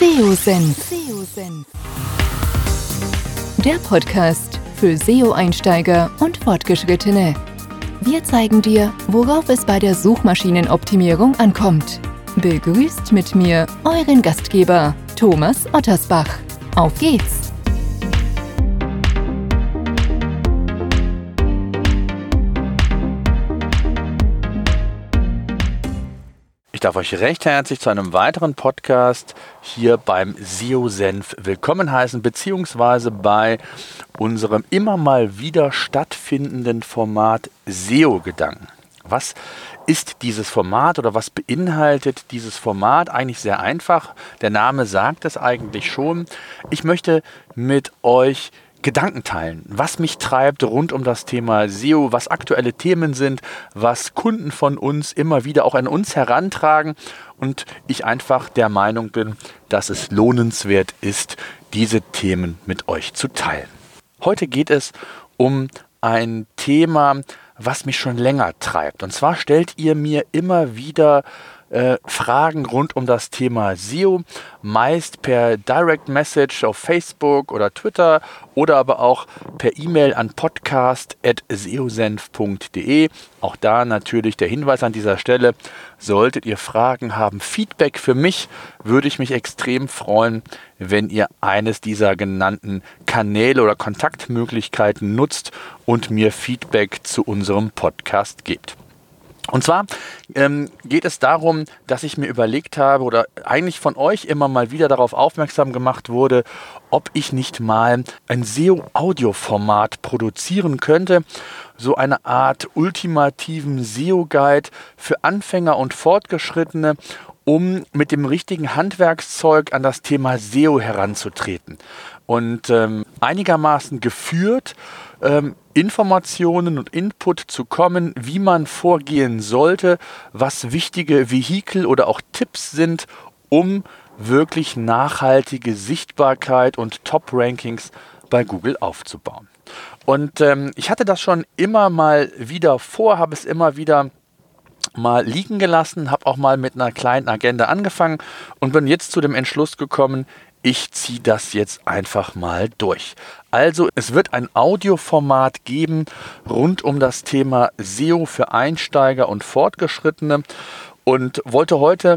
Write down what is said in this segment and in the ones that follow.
SEO-Senf. Der Podcast für SEO-Einsteiger und Fortgeschrittene. Wir zeigen dir, worauf es bei der Suchmaschinenoptimierung ankommt. Begrüßt mit mir euren Gastgeber, Thomas Ottersbach. Auf geht's! Ich darf euch recht herzlich zu einem weiteren Podcast hier beim SEO-Senf willkommen heißen, beziehungsweise bei unserem immer mal wieder stattfindenden Format SEO-Gedanken. Was ist dieses Format oder was beinhaltet dieses Format? Eigentlich sehr einfach. Der Name sagt es eigentlich schon. Ich möchte mit euch Gedanken teilen, was mich treibt rund um das Thema SEO, was aktuelle Themen sind, was Kunden von uns immer wieder auch an uns herantragen und ich einfach der Meinung bin, dass es lohnenswert ist, diese Themen mit euch zu teilen. Heute geht es um ein Thema, was mich schon länger treibt. Und zwar stellt ihr mir immer wieder Fragen rund um das Thema SEO, meist per Direct Message auf Facebook oder Twitter oder aber auch per E-Mail an podcast@seosenf.de. Auch da natürlich der Hinweis an dieser Stelle, solltet ihr Fragen haben, Feedback für mich, würde ich mich extrem freuen, wenn ihr eines dieser genannten Kanäle oder Kontaktmöglichkeiten nutzt und mir Feedback zu unserem Podcast gebt. Und zwar geht es darum, dass ich mir überlegt habe oder eigentlich von euch immer mal wieder darauf aufmerksam gemacht wurde, ob ich nicht mal ein SEO-Audio-Format produzieren könnte. So eine Art ultimativen SEO-Guide für Anfänger und Fortgeschrittene, um mit dem richtigen Handwerkszeug an das Thema SEO heranzutreten. Und einigermaßen geführt Informationen und Input zu kommen, wie man vorgehen sollte, was wichtige Vehikel oder auch Tipps sind, um wirklich nachhaltige Sichtbarkeit und Top-Rankings bei Google aufzubauen. Und ich hatte das schon immer mal wieder vor, habe es immer wieder mal liegen gelassen, habe auch mal mit einer kleinen Agenda angefangen und bin jetzt zu dem Entschluss gekommen, ich ziehe das jetzt einfach mal durch. Also es wird ein Audioformat geben rund um das Thema SEO für Einsteiger und Fortgeschrittene und wollte heute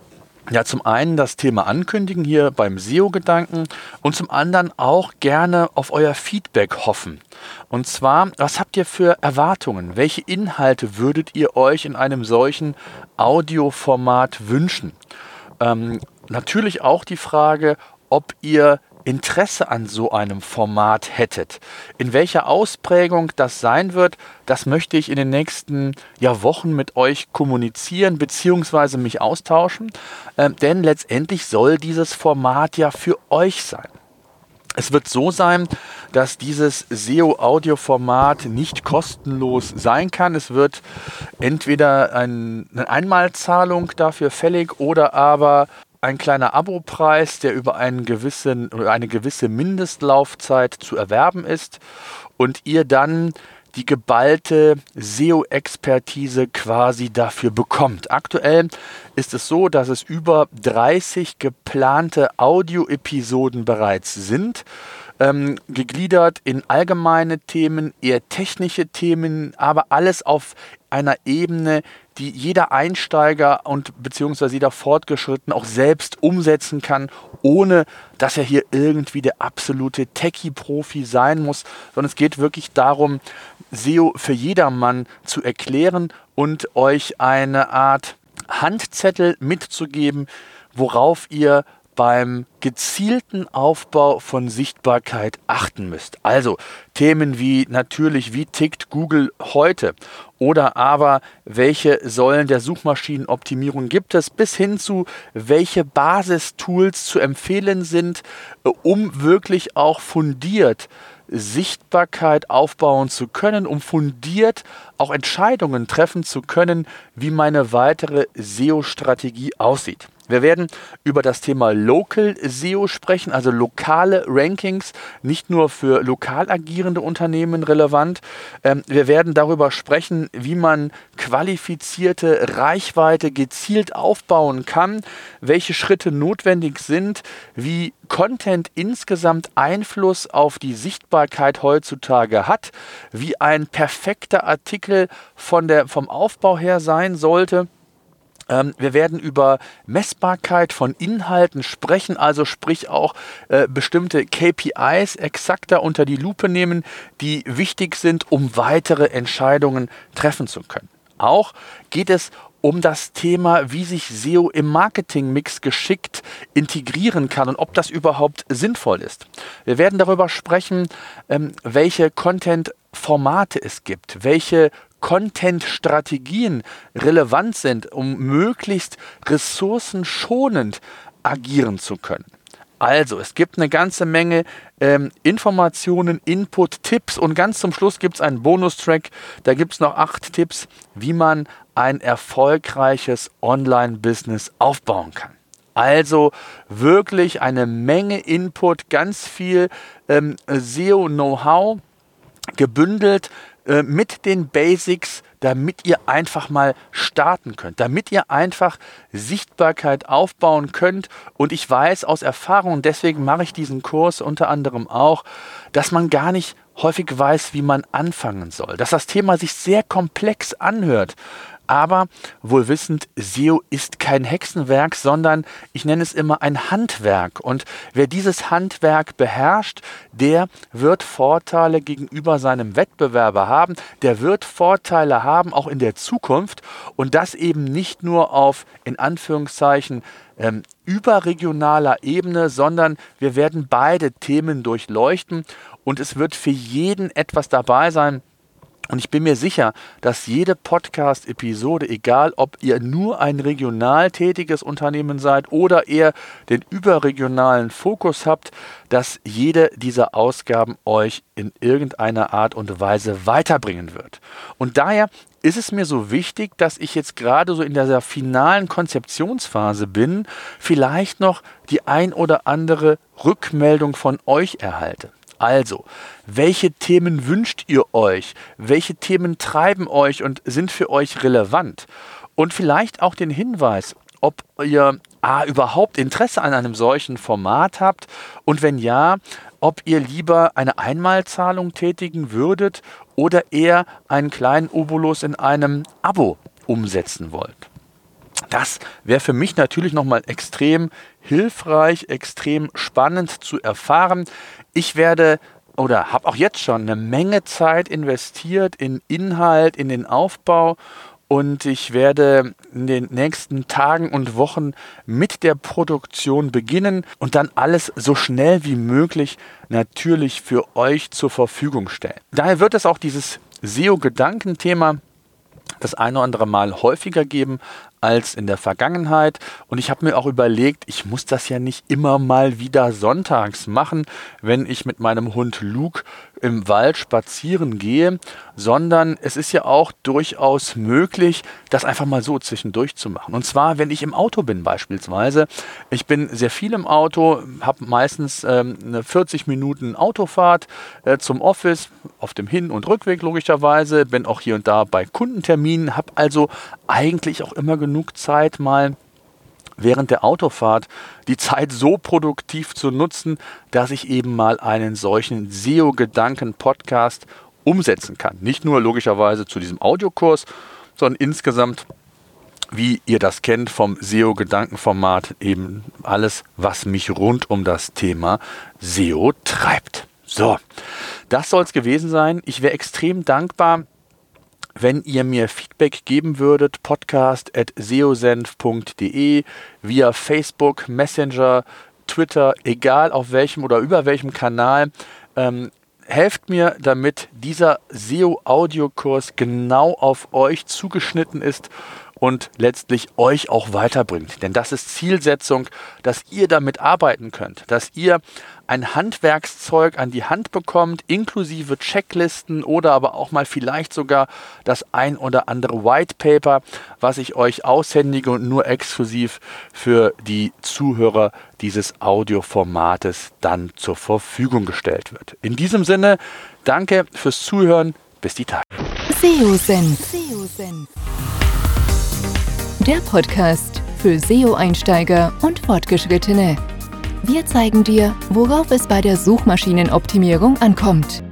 zum einen das Thema ankündigen hier beim SEO-Gedanken und zum anderen auch gerne auf euer Feedback hoffen. Und zwar, was habt ihr für Erwartungen? Welche Inhalte würdet ihr euch in einem solchen Audioformat wünschen? Natürlich auch die Frage, ob ihr Interesse an so einem Format hättet. In welcher Ausprägung das sein wird, das möchte ich in den nächsten Wochen mit euch kommunizieren bzw. mich austauschen, denn letztendlich soll dieses Format ja für euch sein. Es wird so sein, dass dieses SEO-Audio-Format nicht kostenlos sein kann. Es wird entweder eine Einmalzahlung dafür fällig oder aber ein kleiner Abopreis, der über eine gewisse Mindestlaufzeit zu erwerben ist und ihr dann die geballte SEO-Expertise quasi dafür bekommt. Aktuell ist es so, dass es über 30 geplante Audio-Episoden bereits sind, gegliedert in allgemeine Themen, eher technische Themen, aber alles auf einer Ebene, die jeder Einsteiger und beziehungsweise jeder Fortgeschrittene auch selbst umsetzen kann, ohne dass er hier irgendwie der absolute Techie-Profi sein muss, sondern es geht wirklich darum, SEO für jedermann zu erklären und euch eine Art Handzettel mitzugeben, worauf ihr beim gezielten Aufbau von Sichtbarkeit achten müsst. Also Themen wie natürlich, wie tickt Google heute oder aber welche Säulen der Suchmaschinenoptimierung gibt es, bis hin zu welche Basistools zu empfehlen sind, um wirklich auch fundiert Sichtbarkeit aufbauen zu können, um fundiert auch Entscheidungen treffen zu können, wie meine weitere SEO-Strategie aussieht. Wir werden über das Thema Local SEO sprechen, also lokale Rankings, nicht nur für lokal agierende Unternehmen relevant. Wir werden darüber sprechen, wie man qualifizierte Reichweite gezielt aufbauen kann, welche Schritte notwendig sind, wie Content insgesamt Einfluss auf die Sichtbarkeit heutzutage hat, wie ein perfekter Artikel vom Aufbau her sein sollte. Wir werden über Messbarkeit von Inhalten sprechen, also sprich auch bestimmte KPIs exakter unter die Lupe nehmen, die wichtig sind, um weitere Entscheidungen treffen zu können. Auch geht es um das Thema, wie sich SEO im Marketingmix geschickt integrieren kann und ob das überhaupt sinnvoll ist. Wir werden darüber sprechen, welche Content-Formate es gibt, welche Content-Strategien relevant sind, um möglichst ressourcenschonend agieren zu können. Also, es gibt eine ganze Menge Informationen, Input, Tipps und ganz zum Schluss gibt es einen Bonustrack. Da gibt es noch 8 Tipps, wie man ein erfolgreiches Online-Business aufbauen kann. Also wirklich eine Menge Input, ganz viel SEO-Know-how gebündelt mit den Basics, damit ihr einfach mal starten könnt, damit ihr einfach Sichtbarkeit aufbauen könnt. Und ich weiß aus Erfahrung, deswegen mache ich diesen Kurs unter anderem auch, dass man gar nicht häufig weiß, wie man anfangen soll, dass das Thema sich sehr komplex anhört. Aber wohl wissend, SEO ist kein Hexenwerk, sondern ich nenne es immer ein Handwerk. Und wer dieses Handwerk beherrscht, der wird Vorteile gegenüber seinem Wettbewerber haben. Der wird Vorteile haben, auch in der Zukunft. Und das eben nicht nur auf, in Anführungszeichen, überregionaler Ebene, sondern wir werden beide Themen durchleuchten. Und es wird für jeden etwas dabei sein. Und ich bin mir sicher, dass jede Podcast-Episode, egal ob ihr nur ein regional tätiges Unternehmen seid oder eher den überregionalen Fokus habt, dass jede dieser Ausgaben euch in irgendeiner Art und Weise weiterbringen wird. Und daher ist es mir so wichtig, dass ich jetzt gerade so in dieser finalen Konzeptionsphase bin, vielleicht noch die ein oder andere Rückmeldung von euch erhalte. Also, welche Themen wünscht ihr euch? Welche Themen treiben euch und sind für euch relevant? Und vielleicht auch den Hinweis, ob ihr überhaupt Interesse an einem solchen Format habt und wenn ja, ob ihr lieber eine Einmalzahlung tätigen würdet oder eher einen kleinen Obolus in einem Abo umsetzen wollt. Das wäre für mich natürlich nochmal extrem hilfreich, extrem spannend zu erfahren. Ich werde oder habe auch jetzt schon eine Menge Zeit investiert in Inhalt, in den Aufbau und ich werde in den nächsten Tagen und Wochen mit der Produktion beginnen und dann alles so schnell wie möglich natürlich für euch zur Verfügung stellen. Daher wird es auch dieses SEO-Gedankenthema das eine oder andere Mal häufiger geben als in der Vergangenheit. Und ich habe mir auch überlegt, ich muss das ja nicht immer mal wieder sonntags machen, wenn ich mit meinem Hund Luke im Wald spazieren gehe, sondern es ist ja auch durchaus möglich, das einfach mal so zwischendurch zu machen. Und zwar, wenn ich im Auto bin beispielsweise. Ich bin sehr viel im Auto, habe meistens eine 40 Minuten Autofahrt zum Office, auf dem Hin- und Rückweg logischerweise, bin auch hier und da bei Kundenterminen, habe also eigentlich auch immer genug Zeit, mal während der Autofahrt die Zeit so produktiv zu nutzen, dass ich eben mal einen solchen SEO-Gedanken-Podcast umsetzen kann. Nicht nur logischerweise zu diesem Audiokurs, sondern insgesamt, wie ihr das kennt vom SEO-Gedanken-Format, eben alles, was mich rund um das Thema SEO treibt. So, das soll es gewesen sein. Ich wäre extrem dankbar, wenn ihr mir Feedback geben würdet, podcast@seosenf.de, via Facebook, Messenger, Twitter, egal auf welchem oder über welchem Kanal. Helft mir, damit dieser SEO-Audiokurs genau auf euch zugeschnitten ist und letztlich euch auch weiterbringt. Denn das ist Zielsetzung, dass ihr damit arbeiten könnt, dass ihr ein Handwerkszeug an die Hand bekommt, inklusive Checklisten oder aber auch mal vielleicht sogar das ein oder andere White Paper, was ich euch aushändige und nur exklusiv für die Zuhörer dieses Audioformates dann zur Verfügung gestellt wird. In diesem Sinne, danke fürs Zuhören. Bis die Tage. SEO-Senf. Der Podcast für SEO-Einsteiger und Fortgeschrittene. Wir zeigen dir, worauf es bei der Suchmaschinenoptimierung ankommt.